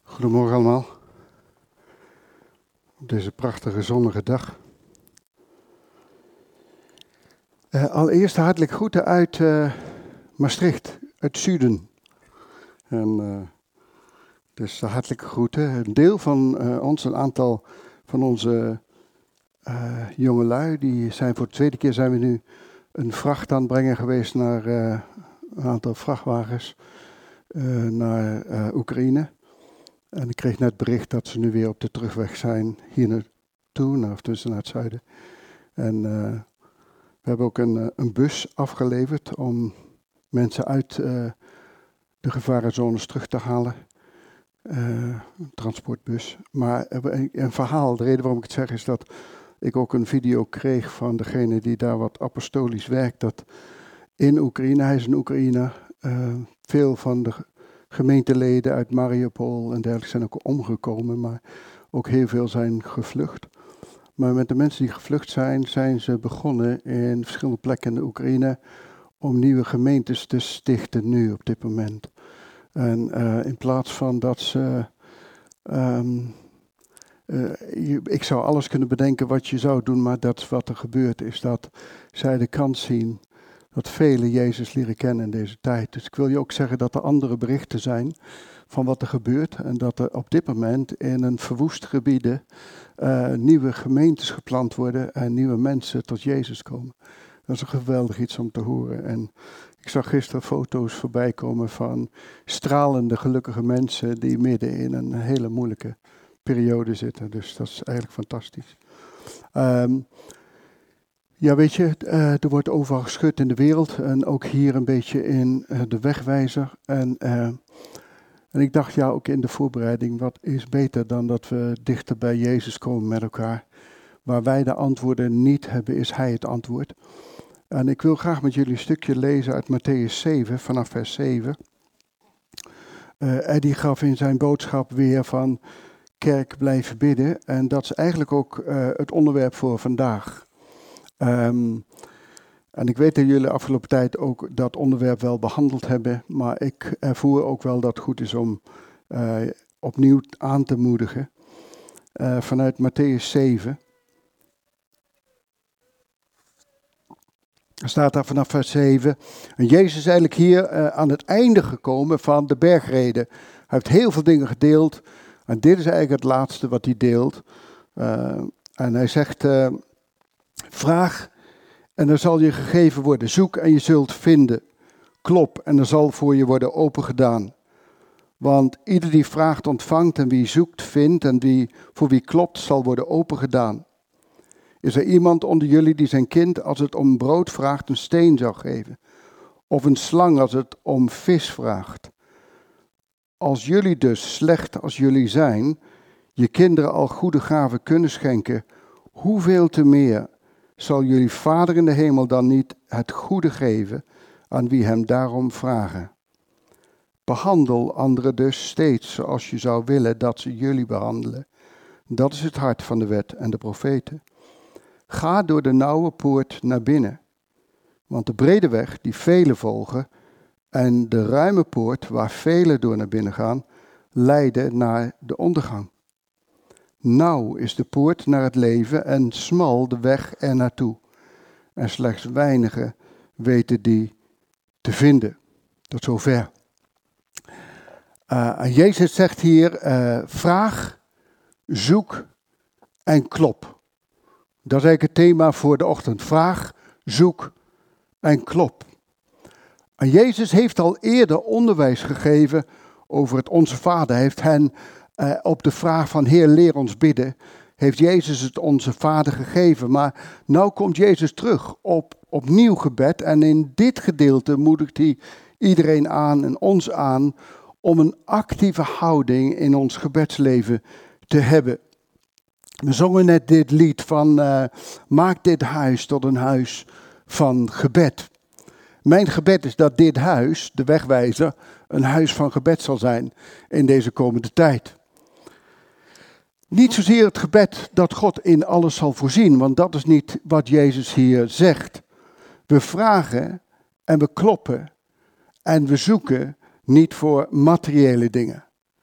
Goedemorgen allemaal, op deze prachtige zonnige dag. Allereerst hartelijk groeten uit Maastricht, uit Zuiden. Dus hartelijke groeten. Een deel van ons, een aantal van onze jongelui, die zijn voor de tweede keer zijn we nu een vracht aan het brengen geweest naar een aantal vrachtwagens naar Oekraïne. En ik kreeg net bericht dat ze nu weer op de terugweg zijn hier naartoe, of tussen naar het zuiden. En we hebben ook een bus afgeleverd om mensen uit de gevarenzones terug te halen. Een transportbus. Maar een verhaal, de reden waarom ik het zeg is dat ik ook een video kreeg van degene die daar wat apostolisch werkt. Dat in Oekraïne, hij is een Oekraïner, veel van de gemeenteleden uit Mariupol en dergelijke zijn ook omgekomen, maar ook heel veel zijn gevlucht. Maar met de mensen die gevlucht zijn, zijn ze begonnen in verschillende plekken in de Oekraïne om nieuwe gemeentes te stichten nu op dit moment. En in plaats van dat ze... ik zou alles kunnen bedenken wat je zou doen, maar dat is wat er gebeurt, is dat zij de kans zien dat velen Jezus leren kennen in deze tijd. Dus ik wil je ook zeggen dat er andere berichten zijn van wat er gebeurt. En dat er op dit moment in een verwoest gebieden nieuwe gemeentes geplant worden en nieuwe mensen tot Jezus komen. Dat is een geweldig iets om te horen. En ik zag gisteren foto's voorbij komen van stralende, gelukkige mensen die midden in een hele moeilijke periode zitten. Dus dat is eigenlijk fantastisch. Ja, weet je, er wordt overal geschud in de wereld en ook hier een beetje in de wegwijzer. En ik dacht, ja, ook in de voorbereiding, wat is beter dan dat we dichter bij Jezus komen met elkaar. Waar wij de antwoorden niet hebben, is Hij het antwoord. En ik wil graag met jullie een stukje lezen uit Mattheüs 7, vanaf vers 7. Eddie gaf in zijn boodschap weer van kerk blijven bidden. En dat is eigenlijk ook het onderwerp voor vandaag. En ik weet dat jullie de afgelopen tijd ook dat onderwerp wel behandeld hebben, maar ik ervoer ook wel dat het goed is om opnieuw aan te moedigen. Vanuit Mattheüs 7. Er staat daar vanaf vers 7. En Jezus is eigenlijk hier aan het einde gekomen van de bergreden. Hij heeft heel veel dingen gedeeld. En dit is eigenlijk het laatste wat hij deelt. En hij zegt... Vraag en er zal je gegeven worden. Zoek en je zult vinden. Klop en er zal voor je worden opengedaan. Want ieder die vraagt ontvangt en wie zoekt vindt en voor wie klopt zal worden opengedaan. Is er iemand onder jullie die zijn kind als het om brood vraagt een steen zou geven? Of een slang als het om vis vraagt? Als jullie dus, slecht als jullie zijn, je kinderen al goede gaven kunnen schenken, hoeveel te meer zal jullie Vader in de hemel dan niet het goede geven aan wie hem daarom vragen? Behandel anderen dus steeds zoals je zou willen dat ze jullie behandelen. Dat is het hart van de wet en de profeten. Ga door de nauwe poort naar binnen. Want de brede weg die velen volgen en de ruime poort waar velen door naar binnen gaan, leiden naar de ondergang. Nauw is de poort naar het leven en smal de weg er naartoe. En slechts weinigen weten die te vinden. Tot zover. Jezus zegt hier, vraag, zoek en klop. Dat is eigenlijk het thema voor de ochtend. Vraag, zoek en klop. En Jezus heeft al eerder onderwijs gegeven over het Onze Vader. Hij heeft hen op de vraag van Heer, leer ons bidden, heeft Jezus het Onze Vader gegeven. Maar nou komt Jezus terug op opnieuw gebed. En in dit gedeelte moedigt hij iedereen aan en ons aan om een actieve houding in ons gebedsleven te hebben. We zongen net dit lied van maak dit huis tot een huis van gebed. Mijn gebed is dat dit huis, de wegwijzer, een huis van gebed zal zijn in deze komende tijd. Niet zozeer het gebed dat God in alles zal voorzien, want dat is niet wat Jezus hier zegt. We vragen en we kloppen en we zoeken niet voor materiële dingen.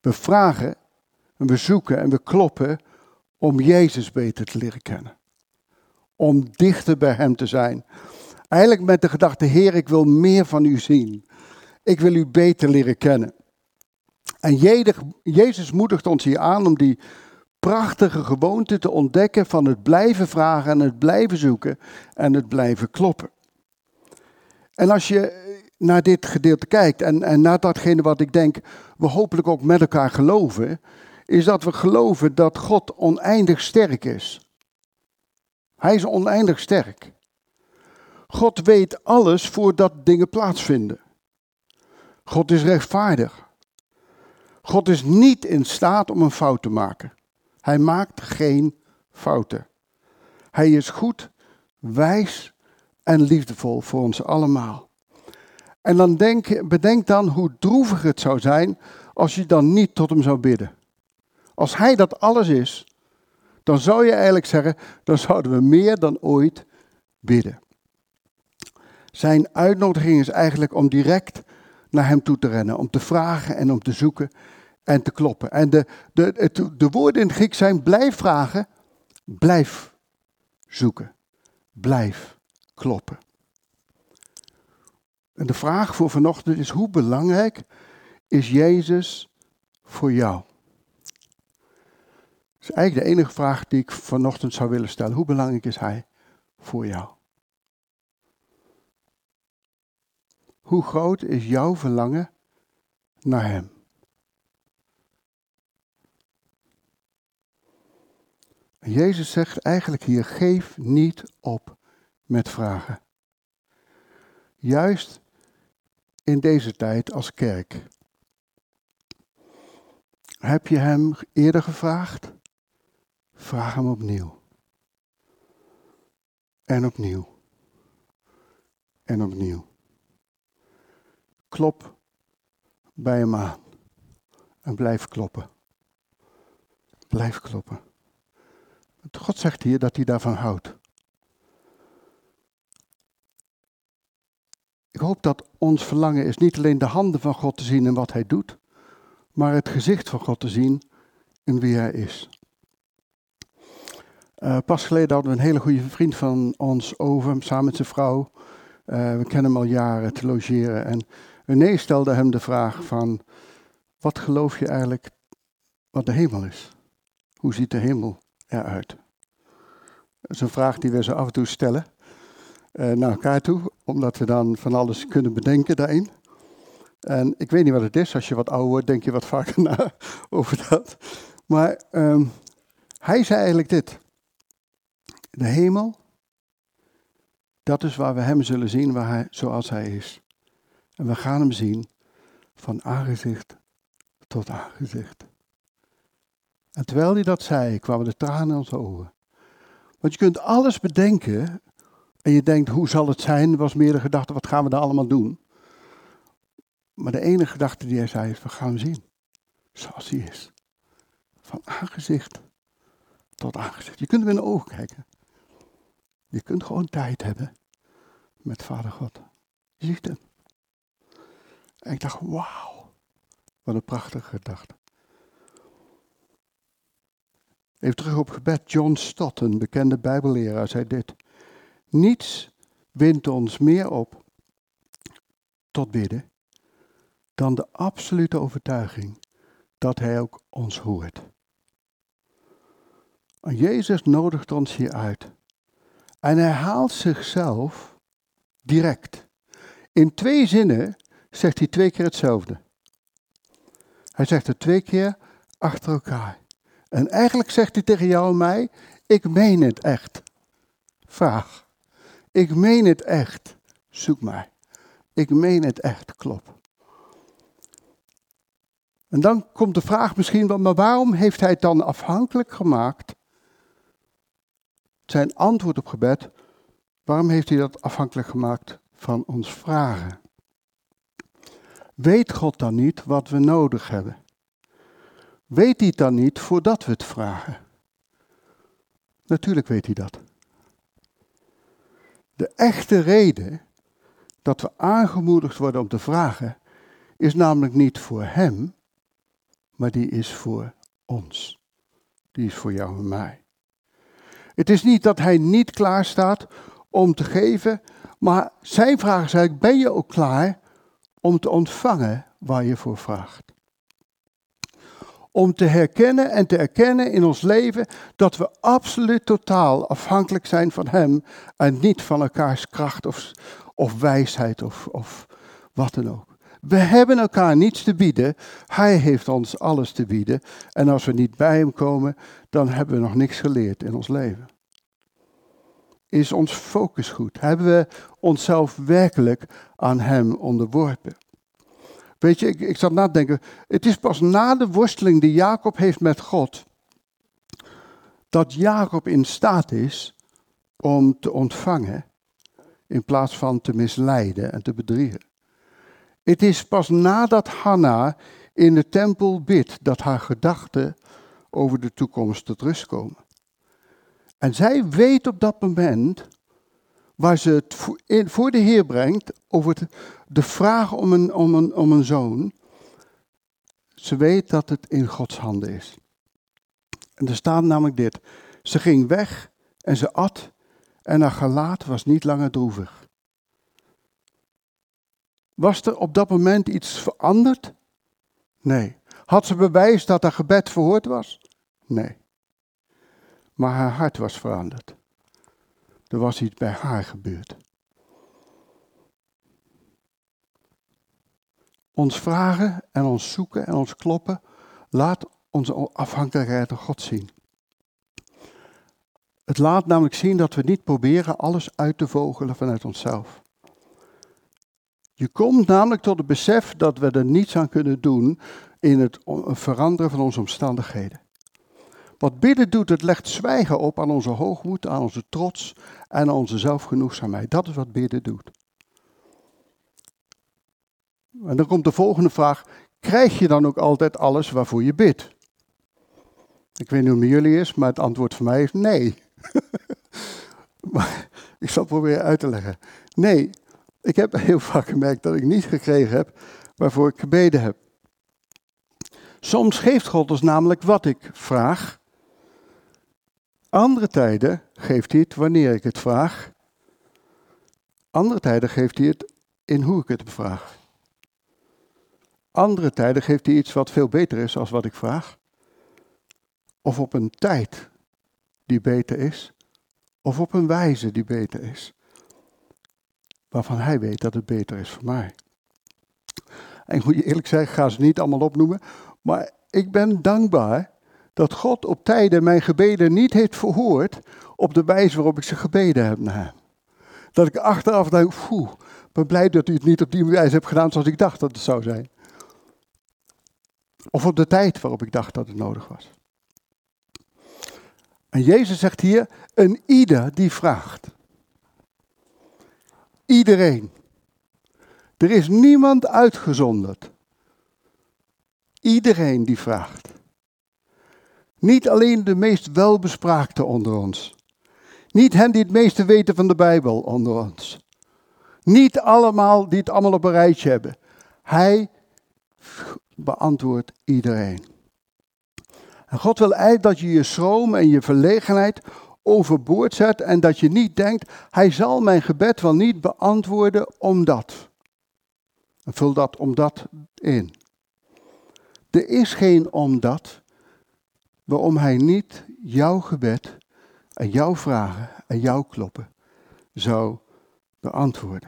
We vragen en we zoeken en we kloppen om Jezus beter te leren kennen. Om dichter bij hem te zijn. Eigenlijk met de gedachte, Heer, ik wil meer van u zien. Ik wil u beter leren kennen. En Jezus moedigt ons hier aan om die prachtige gewoonte te ontdekken van het blijven vragen en het blijven zoeken en het blijven kloppen. En als je naar dit gedeelte kijkt en naar datgene wat ik denk we hopelijk ook met elkaar geloven, is dat we geloven dat God oneindig sterk is. Hij is oneindig sterk. God weet alles voordat dingen plaatsvinden. God is rechtvaardig. God is niet in staat om een fout te maken. Hij maakt geen fouten. Hij is goed, wijs en liefdevol voor ons allemaal. En dan bedenk dan hoe droevig het zou zijn als je dan niet tot hem zou bidden. Als hij dat alles is, dan zou je eigenlijk zeggen, dan zouden we meer dan ooit bidden. Zijn uitnodiging is eigenlijk om direct naar hem toe te rennen, om te vragen en om te zoeken en te kloppen. En de woorden in het Grieks zijn blijf vragen, blijf zoeken, blijf kloppen. En de vraag voor vanochtend is, hoe belangrijk is Jezus voor jou? Dat is eigenlijk de enige vraag die ik vanochtend zou willen stellen. Hoe belangrijk is hij voor jou? Hoe groot is jouw verlangen naar hem? En Jezus zegt eigenlijk hier, geef niet op met vragen. Juist in deze tijd als kerk. Heb je hem eerder gevraagd? Vraag hem opnieuw. En opnieuw. En opnieuw. Klop bij hem aan. En blijf kloppen. Blijf kloppen. God zegt hier dat hij daarvan houdt. Ik hoop dat ons verlangen is niet alleen de handen van God te zien en wat hij doet, maar het gezicht van God te zien in wie hij is. Pas geleden hadden we een hele goede vriend van ons over, samen met zijn vrouw. We kennen hem al jaren te logeren. En René stelde hem de vraag van, wat geloof je eigenlijk wat de hemel is? Hoe ziet de hemel eruit? Dat is een vraag die we zo af en toe stellen naar elkaar toe, omdat we dan van alles kunnen bedenken daarin. En ik weet niet wat het is, als je wat ouder wordt, denk je wat vaker na over dat. Maar hij zei eigenlijk dit. De hemel, dat is waar we hem zullen zien zoals hij is. En we gaan hem zien van aangezicht tot aangezicht. En terwijl hij dat zei, kwamen de tranen in onze ogen. Want je kunt alles bedenken en je denkt, hoe zal het zijn? Er was meer de gedachte, wat gaan we daar allemaal doen? Maar de enige gedachte die hij zei is, we gaan hem zien zoals hij is. Van aangezicht tot aangezicht. Je kunt hem in de ogen kijken. Je kunt gewoon tijd hebben met Vader God. Je ziet hem. En ik dacht, wauw, wat een prachtige gedachte. Even terug op gebed. John Stott, een bekende bijbelleraar, zei dit. Niets wint ons meer op tot bidden dan de absolute overtuiging dat hij ook ons hoort. En Jezus nodigt ons hier uit. En hij haalt zichzelf direct. In 2 zinnen zegt hij 2 keer hetzelfde. Hij zegt het 2 keer achter elkaar. En eigenlijk zegt hij tegen jou en mij, ik meen het echt. Vraag. Ik meen het echt. Zoek mij. Ik meen het echt. Klop. En dan komt de vraag misschien wel, maar waarom heeft hij het dan afhankelijk gemaakt? Zijn antwoord op gebed, waarom heeft hij dat afhankelijk gemaakt van ons vragen? Weet God dan niet wat we nodig hebben? Weet hij het dan niet voordat we het vragen? Natuurlijk weet hij dat. De echte reden dat we aangemoedigd worden om te vragen, is namelijk niet voor hem, maar die is voor ons. Die is voor jou en mij. Het is niet dat hij niet klaar staat om te geven, maar zijn vraag is eigenlijk, ben je ook klaar om te ontvangen waar je voor vraagt? Om te herkennen en te erkennen in ons leven dat we absoluut totaal afhankelijk zijn van hem en niet van elkaars kracht of wijsheid of wat dan ook. We hebben elkaar niets te bieden, hij heeft ons alles te bieden en als we niet bij hem komen, dan hebben we nog niks geleerd in ons leven. Is ons focus goed? Hebben we onszelf werkelijk aan hem onderworpen? Weet je, ik zat na te denken, het is pas na de worsteling die Jacob heeft met God, dat Jacob in staat is om te ontvangen, in plaats van te misleiden en te bedriegen. Het is pas nadat Hanna in de tempel bidt, dat haar gedachten over de toekomst tot rust komen. En zij weet op dat moment, waar ze het voor de Heer brengt, over de vraag om een zoon. Ze weet dat het in Gods handen is. En er staat namelijk dit. Ze ging weg en ze at en haar gelaat was niet langer droevig. Was er op dat moment iets veranderd? Nee. Had ze bewijs dat haar gebed verhoord was? Nee. Maar haar hart was veranderd. Er was iets bij haar gebeurd. Ons vragen en ons zoeken en ons kloppen, laat onze afhankelijkheid van God zien. Het laat namelijk zien dat we niet proberen alles uit te vogelen vanuit onszelf. Je komt namelijk tot het besef dat we er niets aan kunnen doen in het veranderen van onze omstandigheden. Wat bidden doet, het legt zwijgen op aan onze hoogmoed, aan onze trots en aan onze zelfgenoegzaamheid. Dat is wat bidden doet. En dan komt de volgende vraag, krijg je dan ook altijd alles waarvoor je bidt? Ik weet niet hoe het met jullie is, maar het antwoord voor mij is nee. Maar ik zal het proberen uit te leggen. Nee, ik heb heel vaak gemerkt dat ik niet gekregen heb waarvoor ik gebeden heb. Soms geeft God ons namelijk wat ik vraag. Andere tijden geeft hij het wanneer ik het vraag. Andere tijden geeft hij het in hoe ik het vraag. Andere tijden geeft hij iets wat veel beter is dan wat ik vraag. Of op een tijd die beter is. Of op een wijze die beter is. Waarvan hij weet dat het beter is voor mij. En ik moet je eerlijk zeggen, ik ga ze niet allemaal opnoemen. Maar ik ben dankbaar dat God op tijden mijn gebeden niet heeft verhoord op de wijze waarop ik ze gebeden heb naar hem. Dat ik achteraf denk, ik ben blij dat u het niet op die wijze hebt gedaan zoals ik dacht dat het zou zijn. Of op de tijd waarop ik dacht dat het nodig was. En Jezus zegt hier, een ieder die vraagt. Iedereen. Er is niemand uitgezonderd. Iedereen die vraagt. Niet alleen de meest welbespraakte onder ons. Niet hen die het meeste weten van de Bijbel onder ons. Niet allemaal die het allemaal op een rijtje hebben. Hij beantwoordt iedereen. En God wil eigenlijk dat je je schroom en je verlegenheid overboord zet en dat je niet denkt, hij zal mijn gebed wel niet beantwoorden omdat. En vul dat omdat in. Er is geen omdat waarom hij niet jouw gebed en jouw vragen en jouw kloppen zou beantwoorden.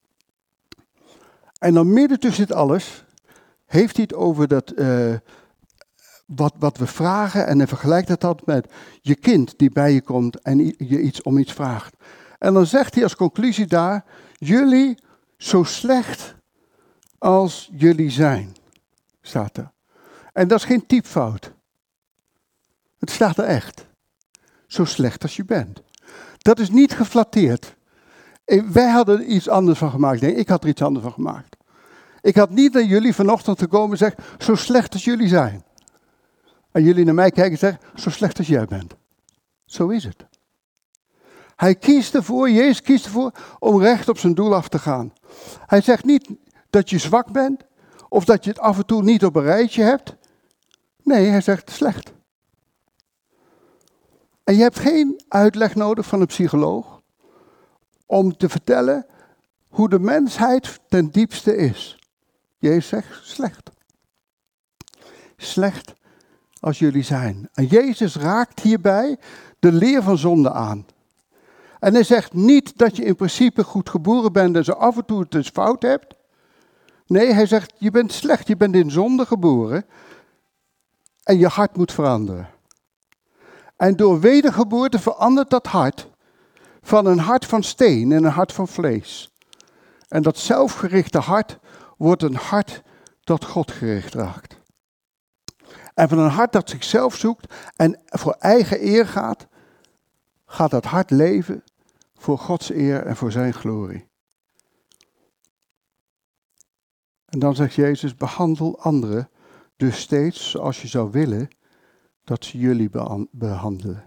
En dan midden tussen dit alles heeft hij het over dat wat we vragen en hij vergelijkt dat met je kind die bij je komt en je om iets vraagt. En dan zegt hij als conclusie daar, jullie zo slecht als jullie zijn, staat er. En dat is geen typfout. Het staat er echt. Zo slecht als je bent. Dat is niet geflatteerd. Wij hadden er iets anders van gemaakt. Nee, ik had er iets anders van gemaakt. Ik had niet naar jullie vanochtend gekomen en zeggen, zo slecht als jullie zijn. En jullie naar mij kijken en zeggen, zo slecht als jij bent. Zo is het. Hij kiest ervoor, Jezus kiest ervoor om recht op zijn doel af te gaan. Hij zegt niet dat je zwak bent, of dat je het af en toe niet op een rijtje hebt. Nee, hij zegt slecht. En je hebt geen uitleg nodig van een psycholoog om te vertellen hoe de mensheid ten diepste is. Jezus zegt slecht. Slecht als jullie zijn. En Jezus raakt hierbij de leer van zonde aan. En hij zegt niet dat je in principe goed geboren bent en zo af en toe het dus fout hebt. Nee, hij zegt je bent slecht, je bent in zonde geboren en je hart moet veranderen. En door wedergeboorte verandert dat hart van een hart van steen en een hart van vlees. En dat zelfgerichte hart wordt een hart dat God gericht raakt. En van een hart dat zichzelf zoekt en voor eigen eer gaat, gaat dat hart leven voor Gods eer en voor zijn glorie. En dan zegt Jezus, behandel anderen dus steeds zoals je zou willen dat ze jullie behandelen.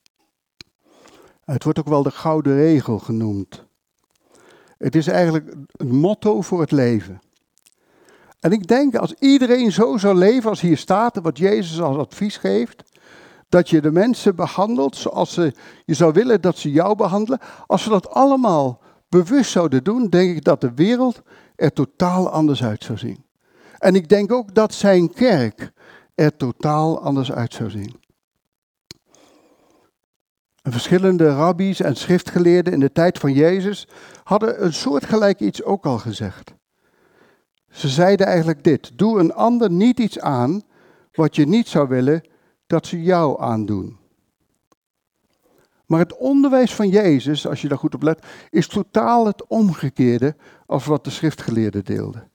Het wordt ook wel de gouden regel genoemd. Het is eigenlijk een motto voor het leven. En ik denk, als iedereen zo zou leven als hier staat, en wat Jezus als advies geeft, dat je de mensen behandelt zoals je zou willen dat ze jou behandelen. Als we dat allemaal bewust zouden doen, denk ik dat de wereld er totaal anders uit zou zien. En ik denk ook dat zijn kerk er totaal anders uit zou zien. En verschillende rabbies en schriftgeleerden in de tijd van Jezus hadden een soortgelijk iets ook al gezegd. Ze zeiden eigenlijk dit: doe een ander niet iets aan wat je niet zou willen dat ze jou aandoen. Maar het onderwijs van Jezus, als je daar goed op let, is totaal het omgekeerde als wat de schriftgeleerden deelden.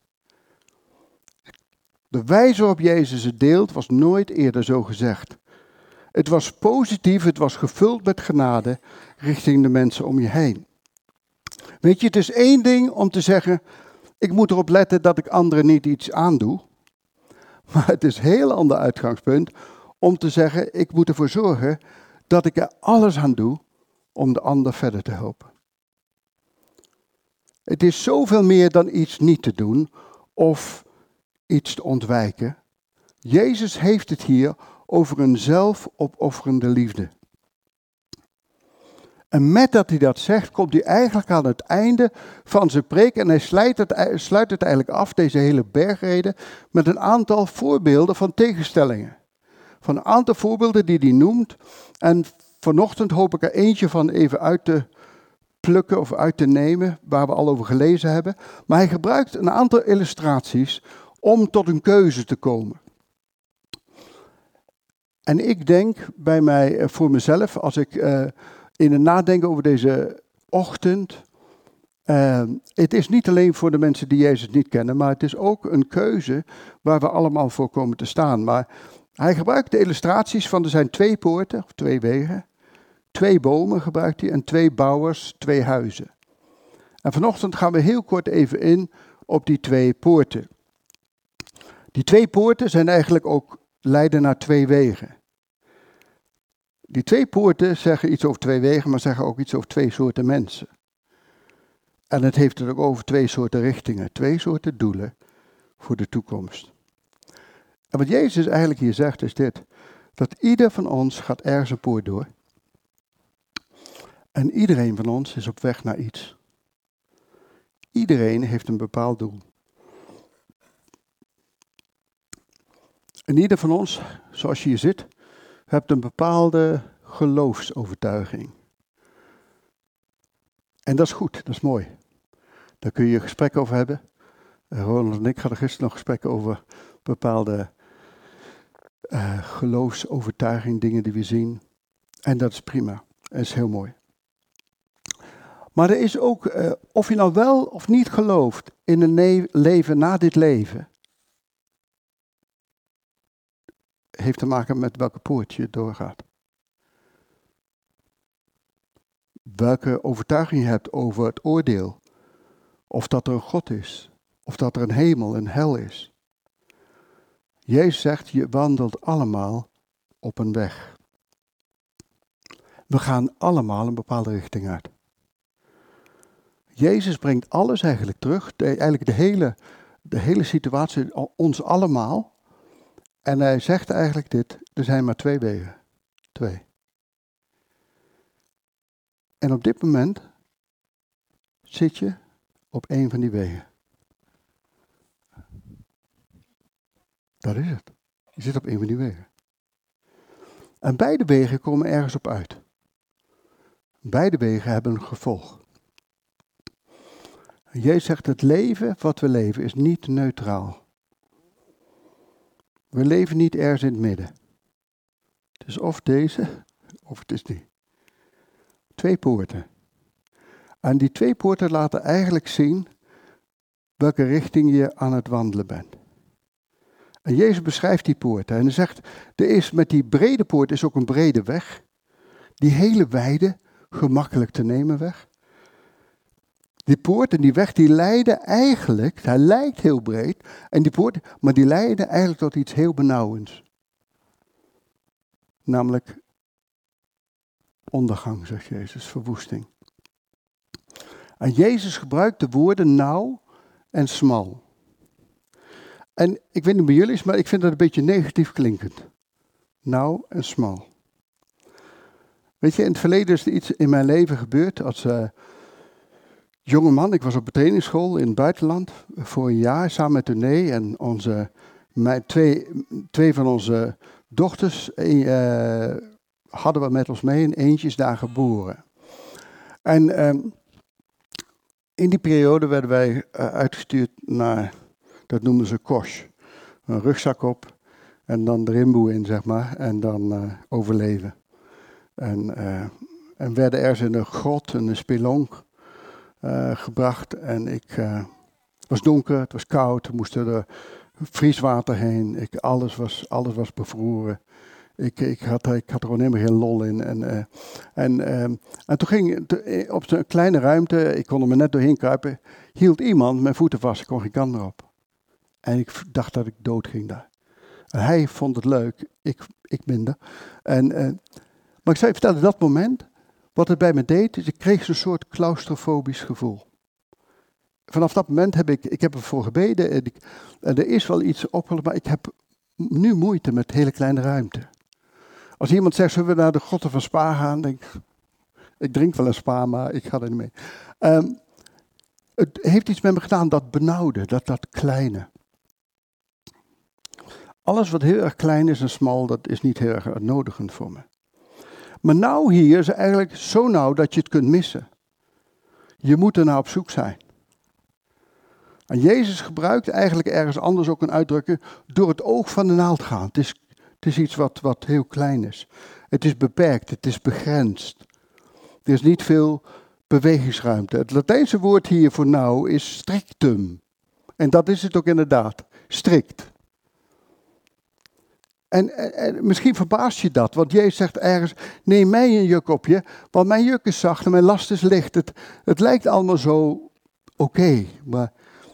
De wijze waarop Jezus het deelt was nooit eerder zo gezegd. Het was positief, het was gevuld met genade richting de mensen om je heen. Weet je, het is één ding om te zeggen, ik moet erop letten dat ik anderen niet iets aandoe. Maar het is een heel ander uitgangspunt om te zeggen, ik moet ervoor zorgen dat ik er alles aan doe om de ander verder te helpen. Het is zoveel meer dan iets niet te doen of iets te ontwijken. Jezus heeft het hier over een zelfopofferende liefde. En met dat hij dat zegt, komt hij eigenlijk aan het einde van zijn preek en hij sluit het eigenlijk af, deze hele bergrede, met een aantal voorbeelden van tegenstellingen. Van een aantal voorbeelden die hij noemt. En vanochtend hoop ik er eentje van even uit te plukken of uit te nemen, waar we al over gelezen hebben. Maar hij gebruikt een aantal illustraties om tot een keuze te komen. En ik denk bij mij, voor mezelf, als ik in het nadenken over deze ochtend. Het is niet alleen voor de mensen die Jezus niet kennen, maar het is ook een keuze waar we allemaal voor komen te staan. Maar hij gebruikt de illustraties van er zijn 2 poorten, of 2 wegen. 2 bomen gebruikt hij en 2 bouwers, 2 huizen. En vanochtend gaan we heel kort even in op die 2 poorten. Die 2 poorten zijn eigenlijk ook leiden naar 2 wegen. Die 2 poorten zeggen iets over 2 wegen, maar zeggen ook iets over 2 soorten mensen. En het heeft het ook over 2 soorten richtingen, 2 soorten doelen voor de toekomst. En wat Jezus eigenlijk hier zegt is dit, dat ieder van ons gaat ergens een poort door. En iedereen van ons is op weg naar iets. Iedereen heeft een bepaald doel. En ieder van ons, zoals je hier zit, hebt een bepaalde geloofsovertuiging. En dat is goed, dat is mooi. Daar kun je gesprekken over hebben. Ronald en ik hadden gisteren nog gesprekken over bepaalde geloofsovertuiging, dingen die we zien. En dat is prima. Dat is heel mooi. Maar er is ook, of je nou wel of niet gelooft in een leven na dit leven, heeft te maken met welke poort je doorgaat. Welke overtuiging je hebt over het oordeel. Of dat er een God is. Of dat er een hemel en hel is. Jezus zegt, je wandelt allemaal op een weg. We gaan allemaal een bepaalde richting uit. Jezus brengt alles eigenlijk terug, eigenlijk de hele situatie, ons allemaal, En hij zegt eigenlijk dit, er zijn maar 2 wegen. 2. En op dit moment zit je op 1 van die wegen. Dat is het. Je zit op 1 van die wegen. En beide wegen komen ergens op uit. Beide wegen hebben een gevolg. Jezus zegt, het leven wat we leven is niet neutraal. We leven niet ergens in het midden. Het is of deze, of het is die. 2 poorten. En die 2 poorten laten eigenlijk zien welke richting je aan het wandelen bent. En Jezus beschrijft die poorten. En hij zegt, met die brede poort is ook een brede weg. Die hele wijde, gemakkelijk te nemen weg. Die poort en die weg, die leiden eigenlijk, hij lijkt heel breed, en die poort, maar die leiden eigenlijk tot iets heel benauwends. Namelijk ondergang, zegt Jezus, verwoesting. En Jezus gebruikt de woorden nauw en smal. En ik weet niet bij jullie, maar ik vind dat een beetje negatief klinkend. Nauw en smal. Weet je, in het verleden is er iets in mijn leven gebeurd als jonge man. Ik was op een trainingsschool in het buitenland voor een jaar samen met René en twee van onze dochters hadden we met ons mee en eentje is daar geboren. En in die periode werden wij uitgestuurd naar, dat noemden ze kosh. Een rugzak op en dan de rimboe in, zeg maar, en dan overleven. En werden ergens in een grot, in een spelonk gebracht. En het was donker, het was koud, we moesten er vrieswater heen. Alles was bevroren. Ik had er gewoon helemaal geen lol in. En toen ging op zo'n kleine ruimte, ik kon er maar net doorheen kruipen, hield iemand mijn voeten vast, ik kon geen kant meer op. En ik dacht dat ik dood ging daar. En hij vond het leuk, ik minder. Maar ik zou je vertellen, dat moment, wat het bij me deed, is ik kreeg zo'n soort claustrofobisch gevoel. Vanaf dat moment heb ik ervoor gebeden en er is wel iets opgelopen, maar ik heb nu moeite met hele kleine ruimte. Als iemand zegt, zullen we naar de grotten van Spa gaan, denk ik drink wel een Spa, maar ik ga er niet mee. Het heeft iets met me gedaan, dat benauwde, dat kleine. Alles wat heel erg klein is en smal, dat is niet heel erg uitnodigend voor me. Maar nou hier is eigenlijk zo nauw dat je het kunt missen. Je moet er naar op zoek zijn. En Jezus gebruikt eigenlijk ergens anders ook een uitdrukking, door het oog van de naald gaan. Het is iets wat heel klein is. Het is beperkt, het is begrensd. Er is niet veel bewegingsruimte. Het Latijnse woord hier voor nauw is strictum. En dat is het ook inderdaad, strikt. En misschien verbaast je dat, want Jezus zegt ergens, neem mij een juk op je, want mijn juk is zacht en mijn last is licht. Het lijkt allemaal zo oké, maar...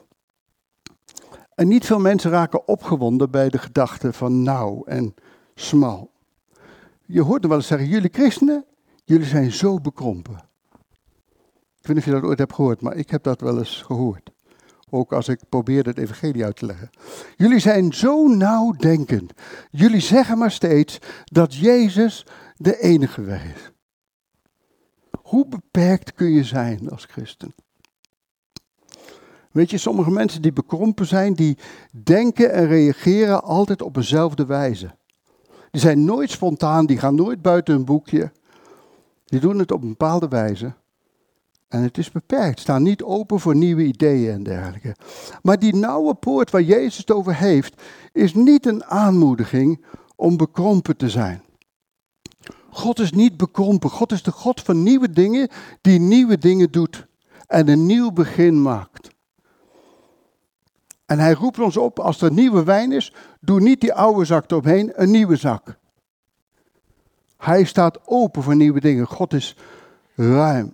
En niet veel mensen raken opgewonden bij de gedachte van nauw en smal. Je hoort er wel eens zeggen, jullie christenen, jullie zijn zo bekrompen. Ik weet niet of je dat ooit hebt gehoord, maar ik heb dat wel eens gehoord. Ook als ik probeerde het evangelie uit te leggen. Jullie zijn zo nauwdenkend. Jullie zeggen maar steeds dat Jezus de enige weg is. Hoe beperkt kun je zijn als christen? Weet je, sommige mensen die bekrompen zijn, die denken en reageren altijd op dezelfde wijze. Die zijn nooit spontaan, die gaan nooit buiten hun boekje. Die doen het op een bepaalde wijze. En het is beperkt, staan niet open voor nieuwe ideeën en dergelijke. Maar die nauwe poort waar Jezus het over heeft, is niet een aanmoediging om bekrompen te zijn. God is niet bekrompen. God is de God van nieuwe dingen, die nieuwe dingen doet en een nieuw begin maakt. En hij roept ons op, als er nieuwe wijn is, doe niet die oude zak eromheen, een nieuwe zak. Hij staat open voor nieuwe dingen. God is ruim.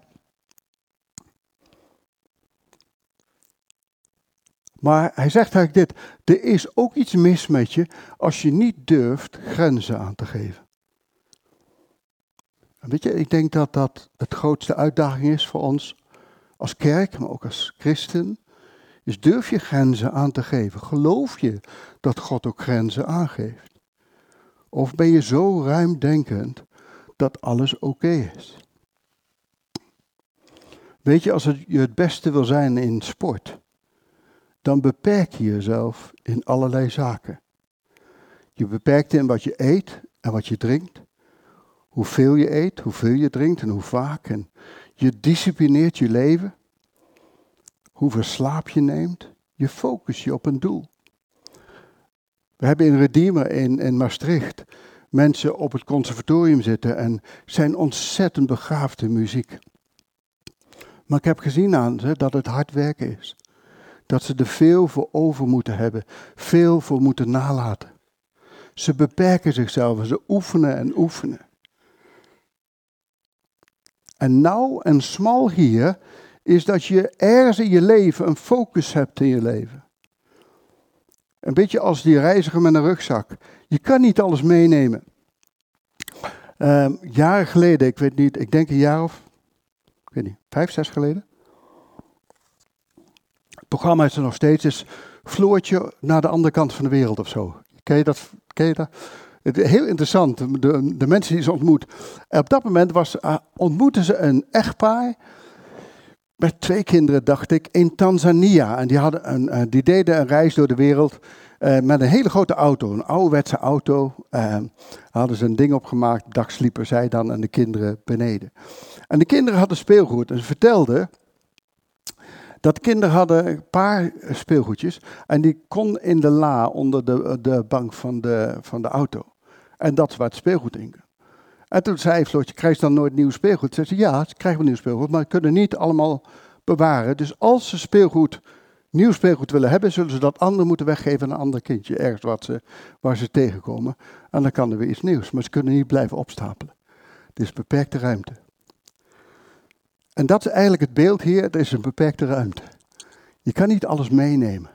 Maar hij zegt eigenlijk dit, er is ook iets mis met je als je niet durft grenzen aan te geven. En weet je, ik denk dat dat het grootste uitdaging is voor ons als kerk, maar ook als christen, is durf je grenzen aan te geven? Geloof je dat God ook grenzen aangeeft? Of ben je zo ruimdenkend dat alles oké is? Weet je, als je het beste wil zijn in sport, dan beperk je jezelf in allerlei zaken. Je beperkt in wat je eet en wat je drinkt. Hoeveel je eet, hoeveel je drinkt en hoe vaak. En je disciplineert je leven. Hoeveel slaap je neemt. Je focust je op een doel. We hebben in Redeemer in Maastricht mensen op het conservatorium zitten en zijn ontzettend begaafd in muziek. Maar ik heb gezien aan ze dat het hard werken is. Dat ze er veel voor over moeten hebben, veel voor moeten nalaten. Ze beperken zichzelf en ze oefenen en oefenen. En nauw en smal hier is dat je ergens in je leven een focus hebt in je leven. Een beetje als die reiziger met een rugzak. Je kan niet alles meenemen. Jaren geleden, ik weet niet, ik denk een jaar of, 5, 6 geleden. Het programma is er nog steeds, is Floortje naar de andere kant van de wereld of zo. Ken je dat? Heel interessant, de mensen die ze ontmoet. Op dat moment ontmoetten ze een echtpaar met 2 kinderen, dacht ik, in Tanzania. En die deden een reis door de wereld met een hele grote auto, een ouderwetse auto. Hadden ze een ding opgemaakt, dak sliepen zij dan en de kinderen beneden. En de kinderen hadden speelgoed en ze vertelden dat de kinderen hadden een paar speelgoedjes en die kon in de la onder de bank van de auto. En dat is waar het speelgoed in kan. En toen zei Floortje, krijg je dan nooit nieuw speelgoed? Ze zei, ja, ze krijgen wel nieuw speelgoed, maar ze kunnen niet allemaal bewaren. Dus als ze nieuw speelgoed willen hebben, zullen ze dat andere moeten weggeven aan een ander kindje. Ergens waar ze tegenkomen. En dan kan er weer iets nieuws. Maar ze kunnen niet blijven opstapelen. Het is beperkte ruimte. En dat is eigenlijk het beeld hier. Er is een beperkte ruimte. Je kan niet alles meenemen.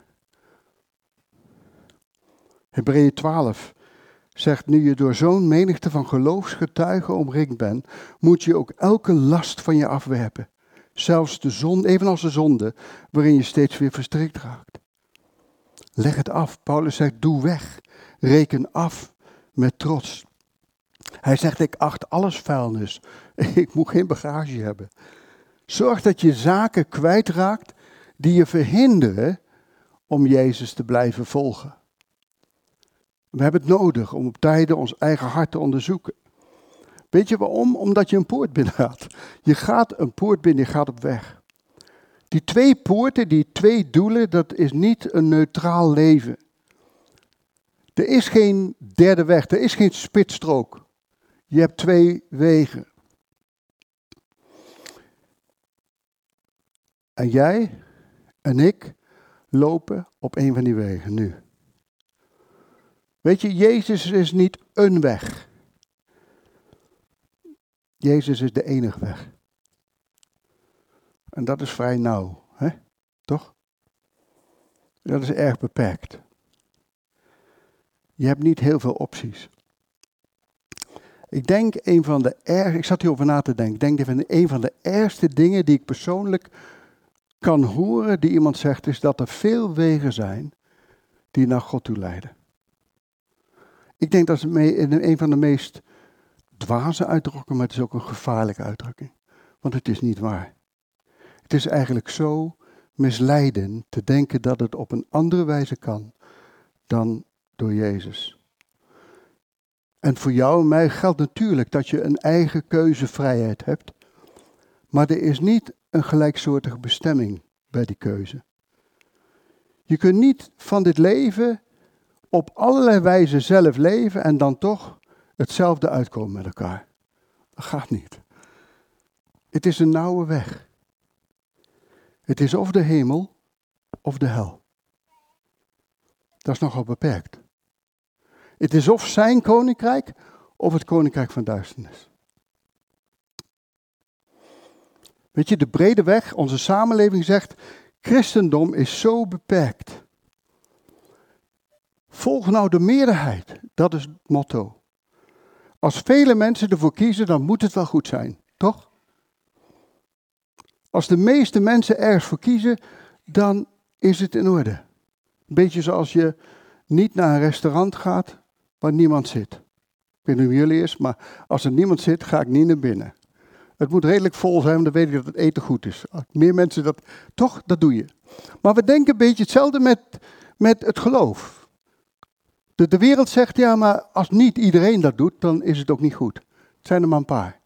Hebreeën 12 zegt, nu je door zo'n menigte van geloofsgetuigen omringd bent, moet je ook elke last van je afwerpen. Zelfs de zonde, evenals de zonde, waarin je steeds weer verstrikt raakt. Leg het af. Paulus zegt, doe weg. Reken af met trots. Hij zegt, ik acht alles vuilnis. Ik moet geen bagage hebben. Zorg dat je zaken kwijtraakt die je verhinderen om Jezus te blijven volgen. We hebben het nodig om op tijden ons eigen hart te onderzoeken. Weet je waarom? Omdat je een poort binnen gaat. Je gaat een poort binnen, je gaat op weg. Die 2 poorten, die 2 doelen, dat is niet een neutraal leven. Er is geen derde weg, er is geen spitsstrook. Je hebt 2 wegen. En jij en ik lopen op een van die wegen nu. Weet je, Jezus is niet een weg. Jezus is de enige weg. En dat is vrij nauw, hè? Toch? Dat is erg beperkt. Je hebt niet heel veel opties. Ik denk ik zat hierover na te denken, ik denk een van de ergste dingen die ik persoonlijk kan horen, die iemand zegt, is dat er veel wegen zijn die naar God toe leiden. Ik denk dat is een van de meest dwaze uitdrukkingen, maar het is ook een gevaarlijke uitdrukking. Want het is niet waar. Het is eigenlijk zo misleidend te denken dat het op een andere wijze kan dan door Jezus. En voor jou en mij geldt natuurlijk dat je een eigen keuzevrijheid hebt. Maar er is niet een gelijksoortige bestemming bij die keuze. Je kunt niet van dit leven op allerlei wijzen zelf leven en dan toch hetzelfde uitkomen met elkaar. Dat gaat niet. Het is een nauwe weg. Het is of de hemel of de hel. Dat is nogal beperkt. Het is of zijn koninkrijk of het koninkrijk van duisternis. Weet je, de brede weg, onze samenleving zegt, christendom is zo beperkt. Volg nou de meerderheid, dat is het motto. Als vele mensen ervoor kiezen, dan moet het wel goed zijn, toch? Als de meeste mensen ergens voor kiezen, dan is het in orde. Een beetje zoals je niet naar een restaurant gaat waar niemand zit. Ik weet niet hoe jullie is, maar als er niemand zit, ga ik niet naar binnen. Het moet redelijk vol zijn, want dan weet ik dat het eten goed is. Als meer mensen dat, toch, dat doe je. Maar we denken een beetje hetzelfde met het geloof. De wereld zegt, ja, maar als niet iedereen dat doet, dan is het ook niet goed. Het zijn er maar een paar.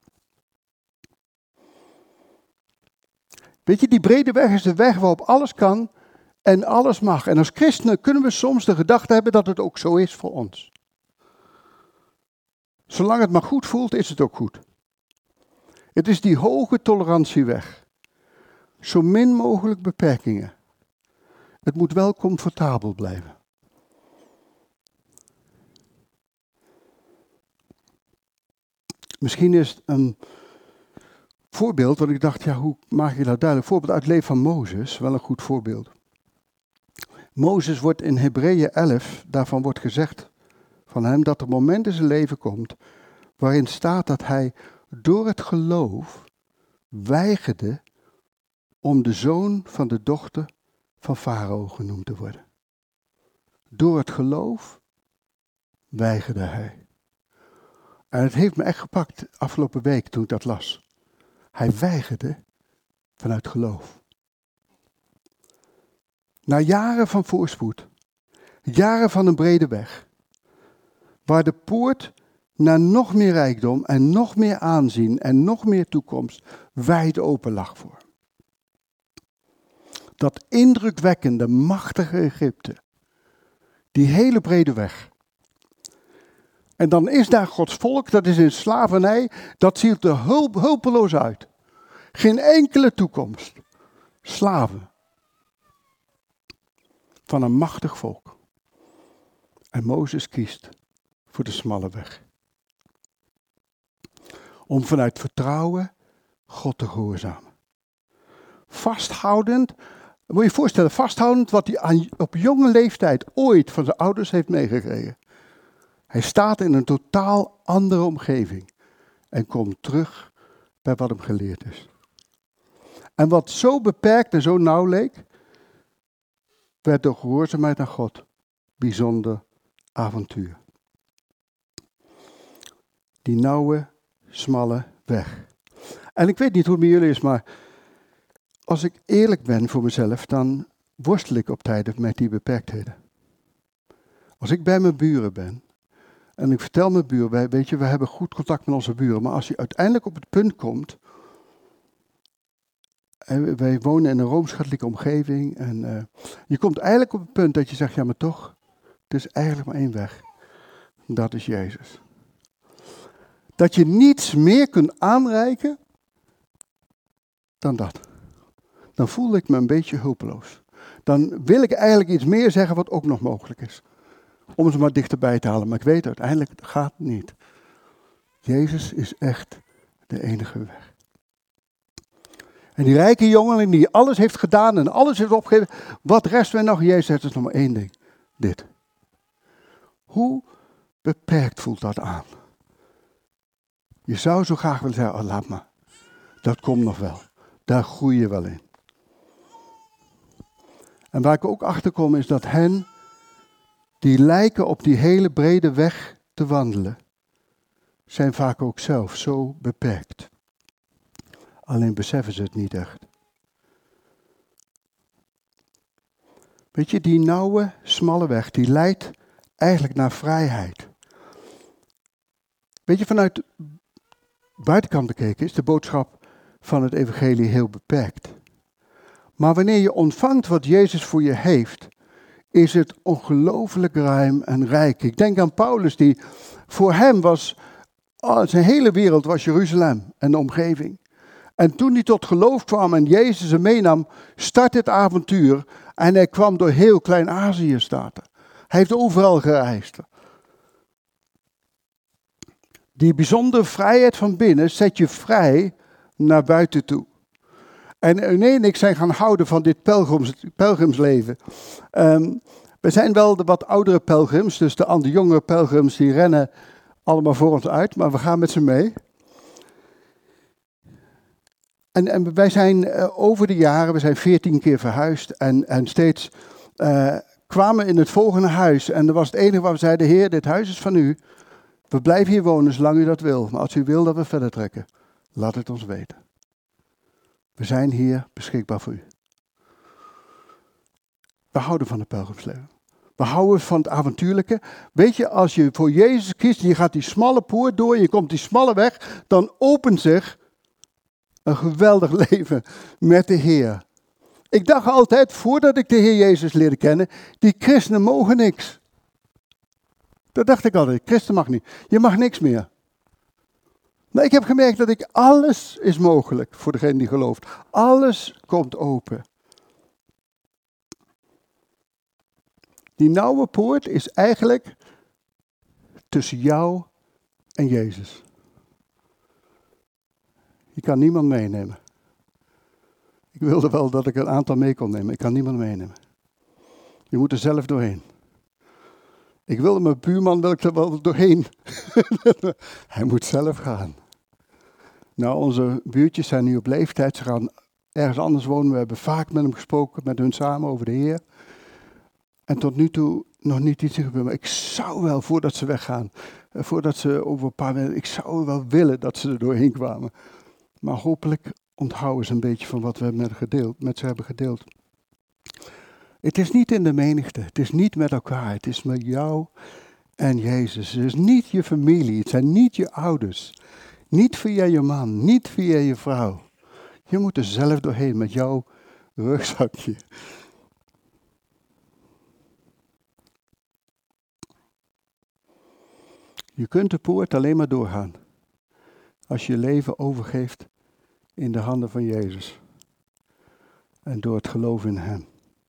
Weet je, die brede weg is de weg waarop alles kan en alles mag. En als christenen kunnen we soms de gedachte hebben dat het ook zo is voor ons. Zolang het maar goed voelt, is het ook goed. Het is die hoge tolerantieweg. Zo min mogelijk beperkingen. Het moet wel comfortabel blijven. Misschien is het een voorbeeld, want ik dacht, ja, hoe maak je dat duidelijk? Voorbeeld uit het leven van Mozes, wel een goed voorbeeld. Mozes wordt in Hebreeën 11, daarvan wordt gezegd van hem dat er een moment in zijn leven komt waarin staat dat hij door het geloof weigerde om de zoon van de dochter van Farao genoemd te worden. Door het geloof weigerde hij. En het heeft me echt gepakt afgelopen week toen ik dat las. Hij weigerde vanuit geloof. Na jaren van voorspoed, jaren van een brede weg, waar de poort naar nog meer rijkdom en nog meer aanzien en nog meer toekomst wijd open lag voor. Dat indrukwekkende, machtige Egypte, die hele brede weg. En dan is daar Gods volk, dat is in slavernij, dat ziet er hulpeloos uit. Geen enkele toekomst. Slaven. Van een machtig volk. En Mozes kiest voor de smalle weg. Om vanuit vertrouwen God te gehoorzamen. Vasthoudend, moet je je voorstellen, vasthoudend wat hij op jonge leeftijd ooit van zijn ouders heeft meegekregen. Hij staat in een totaal andere omgeving en komt terug bij wat hem geleerd is. En wat zo beperkt en zo nauw leek, werd door gehoorzaamheid aan God bijzonder avontuur. Die nauwe, smalle weg. En ik weet niet hoe het met jullie is, maar als ik eerlijk ben voor mezelf, dan worstel ik op tijden met die beperktheden. Als ik bij mijn buren ben en ik vertel mijn buren, weet je, we hebben goed contact met onze buren, maar als je uiteindelijk op het punt komt, en wij wonen in een Rooms-Katholieke omgeving en je komt eigenlijk op het punt dat je zegt, ja maar toch, het is eigenlijk maar één weg. Dat is Jezus. Dat je niets meer kunt aanreiken dan dat. Dan voel ik me een beetje hulpeloos. Dan wil ik eigenlijk iets meer zeggen wat ook nog mogelijk is. Om ze maar dichterbij te halen. Maar ik weet uiteindelijk, het gaat niet. Jezus is echt de enige weg. En die rijke jongeling die alles heeft gedaan en alles heeft opgegeven. Wat rest mij nog? Jezus zegt dus nog maar één ding. Dit. Hoe beperkt voelt dat aan? Je zou zo graag willen zeggen, oh, laat maar. Dat komt nog wel. Daar groei je wel in. En waar ik ook achter kom is dat hen die lijken op die hele brede weg te wandelen, zijn vaak ook zelf zo beperkt. Alleen beseffen ze het niet echt. Weet je, die nauwe, smalle weg, die leidt eigenlijk naar vrijheid. Weet je, vanuit de buitenkant bekeken is de boodschap van het evangelie heel beperkt. Maar wanneer je ontvangt wat Jezus voor je heeft, is het ongelooflijk ruim en rijk. Ik denk aan Paulus, die voor hem was, zijn hele wereld was Jeruzalem en de omgeving. En toen hij tot geloof kwam en Jezus hem meenam, start het avontuur. En hij kwam door heel Klein-Azië, staat er. Hij heeft overal gereisd. Die bijzondere vrijheid van binnen zet je vrij naar buiten toe. En René en ik zijn gaan houden van dit pelgrimsleven. We zijn wel de wat oudere pelgrims, dus de jongere pelgrims die rennen allemaal voor ons uit, maar we gaan met ze mee. En wij zijn over de jaren, we zijn 14 keer verhuisd en steeds kwamen in het volgende huis. En dat was het enige waar we zeiden, Heer, dit huis is van u. We blijven hier wonen zolang u dat wil. Maar als u wil dat we verder trekken, laat het ons weten. We zijn hier beschikbaar voor u. We houden van het pelgrimsleven. We houden van het avontuurlijke. Weet je, als je voor Jezus kiest en je gaat die smalle poort door en je komt die smalle weg, dan opent zich een geweldig leven met de Heer. Ik dacht altijd, voordat ik de Heer Jezus leerde kennen, die christenen mogen niks. Dat dacht ik altijd, christen mag niet. Je mag niks meer. Maar ik heb gemerkt dat alles is mogelijk voor degene die gelooft. Alles komt open. Die nauwe poort is eigenlijk tussen jou en Jezus. Je kan niemand meenemen. Ik wilde wel dat ik een aantal mee kon nemen. Ik kan niemand meenemen. Je moet er zelf doorheen. Ik wilde mijn buurman wil ik er wel doorheen. Hij moet zelf gaan. Nou, onze buurtjes zijn nu op leeftijd. Ze gaan ergens anders wonen. We hebben vaak met hem gesproken, met hun samen over de Heer. En tot nu toe nog niet iets gebeurd. Maar ik zou wel, voordat ze weggaan, voordat ze over een paar weken, ik zou wel willen dat ze er doorheen kwamen. Maar hopelijk onthouden ze een beetje van wat we met ze hebben gedeeld. Het is niet in de menigte, het is niet met elkaar, het is met jou en Jezus. Het is niet je familie, het zijn niet je ouders. Niet via je man, niet via je vrouw. Je moet er zelf doorheen met jouw rugzakje. Je kunt de poort alleen maar doorgaan als je je leven overgeeft in de handen van Jezus. En door het geloof in hem.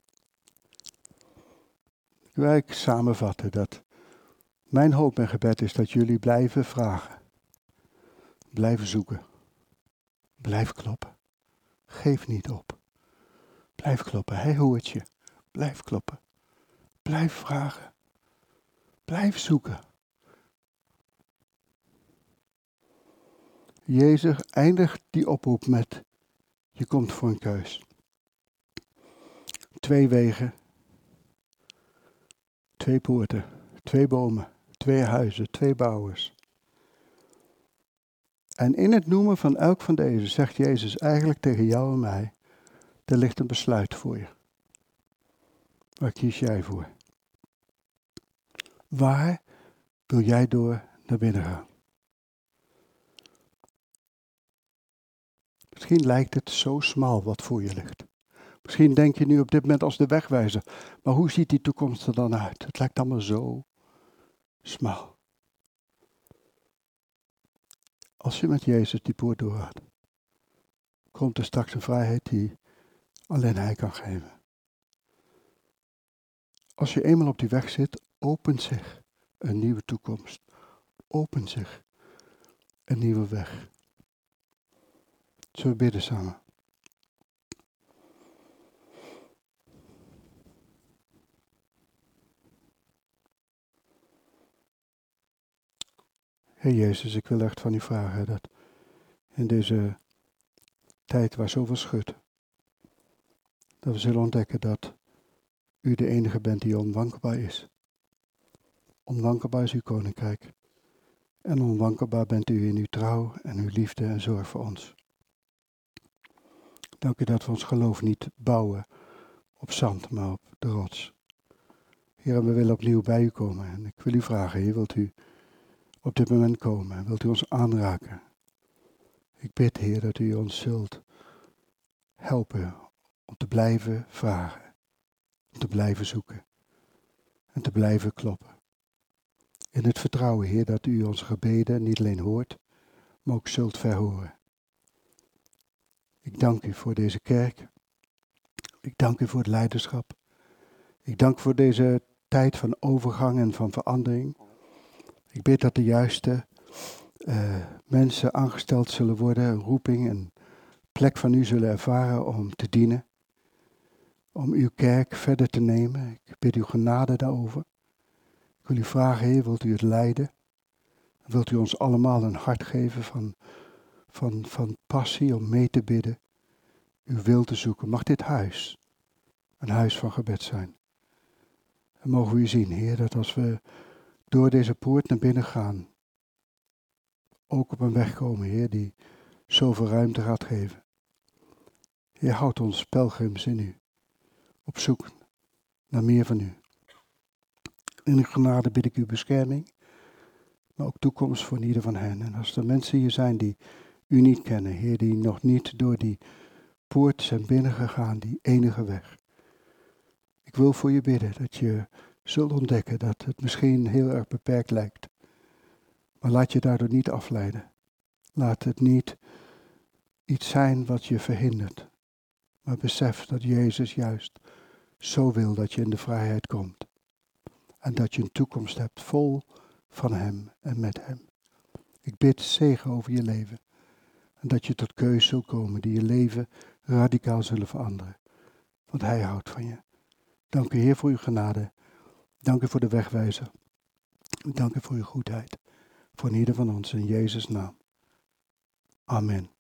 Ik wil samenvatten dat mijn hoop en gebed is dat jullie blijven vragen. Blijven zoeken. Blijf kloppen. Geef niet op. Blijf kloppen. Hij hoort je. Blijf kloppen. Blijf vragen. Blijf zoeken. Jezus eindigt die oproep met, je komt voor een keus. 2 wegen, 2 poorten, 2 bomen, 2 huizen, 2 bouwers. En in het noemen van elk van deze zegt Jezus eigenlijk tegen jou en mij, er ligt een besluit voor je. Waar kies jij voor? Waar wil jij door naar binnen gaan? Misschien lijkt het zo smal wat voor je ligt. Misschien denk je nu op dit moment als de wegwijzer. Maar hoe ziet die toekomst er dan uit? Het lijkt allemaal zo smal. Als je met Jezus die poort doorgaat, komt er straks een vrijheid die alleen Hij kan geven. Als je eenmaal op die weg zit, opent zich een nieuwe toekomst. Opent zich een nieuwe weg. Zullen we bidden samen? Heer Jezus, ik wil echt van u vragen dat in deze tijd waar zoveel schudt, dat we zullen ontdekken dat u de enige bent die onwankelbaar is. Onwankelbaar is uw koninkrijk. En onwankelbaar bent u in uw trouw en uw liefde en zorg voor ons. Dank u dat we ons geloof niet bouwen op zand, maar op de rots. Heer, we willen opnieuw bij u komen. En ik wil u vragen, Heer, wilt u op dit moment komen? Wilt u ons aanraken? Ik bid, Heer, dat u ons zult helpen om te blijven vragen. Om te blijven zoeken. En te blijven kloppen. In het vertrouwen, Heer, dat u onze gebeden niet alleen hoort, maar ook zult verhoren. Ik dank u voor deze kerk. Ik dank u voor het leiderschap. Ik dank voor deze tijd van overgang en van verandering. Ik bid dat de juiste mensen aangesteld zullen worden, een roeping, een plek van u zullen ervaren om te dienen. Om uw kerk verder te nemen. Ik bid uw genade daarover. Ik wil u vragen, Heer, wilt u het leiden? Wilt u ons allemaal een hart geven van passie om mee te bidden, uw wil te zoeken. Mag dit huis een huis van gebed zijn. En mogen we u zien, Heer, dat als we door deze poort naar binnen gaan, ook op een weg komen, Heer, die zoveel ruimte gaat geven. Heer, houd ons pelgrims in u, op zoek naar meer van u. In uw genade bid ik uw bescherming, maar ook toekomst voor ieder van hen. En als er mensen hier zijn die u niet kennen, Heer, die nog niet door die poort zijn binnengegaan, die enige weg. Ik wil voor je bidden dat je zult ontdekken dat het misschien heel erg beperkt lijkt. Maar laat je daardoor niet afleiden. Laat het niet iets zijn wat je verhindert. Maar besef dat Jezus juist zo wil dat je in de vrijheid komt. En dat je een toekomst hebt vol van Hem en met Hem. Ik bid zegen over je leven. En dat je tot keus zult komen die je leven radicaal zullen veranderen. Want Hij houdt van je. Dank u Heer voor uw genade. Dank u voor de wegwijzer. Dank u voor uw goedheid. Voor ieder van ons in Jezus' naam. Amen.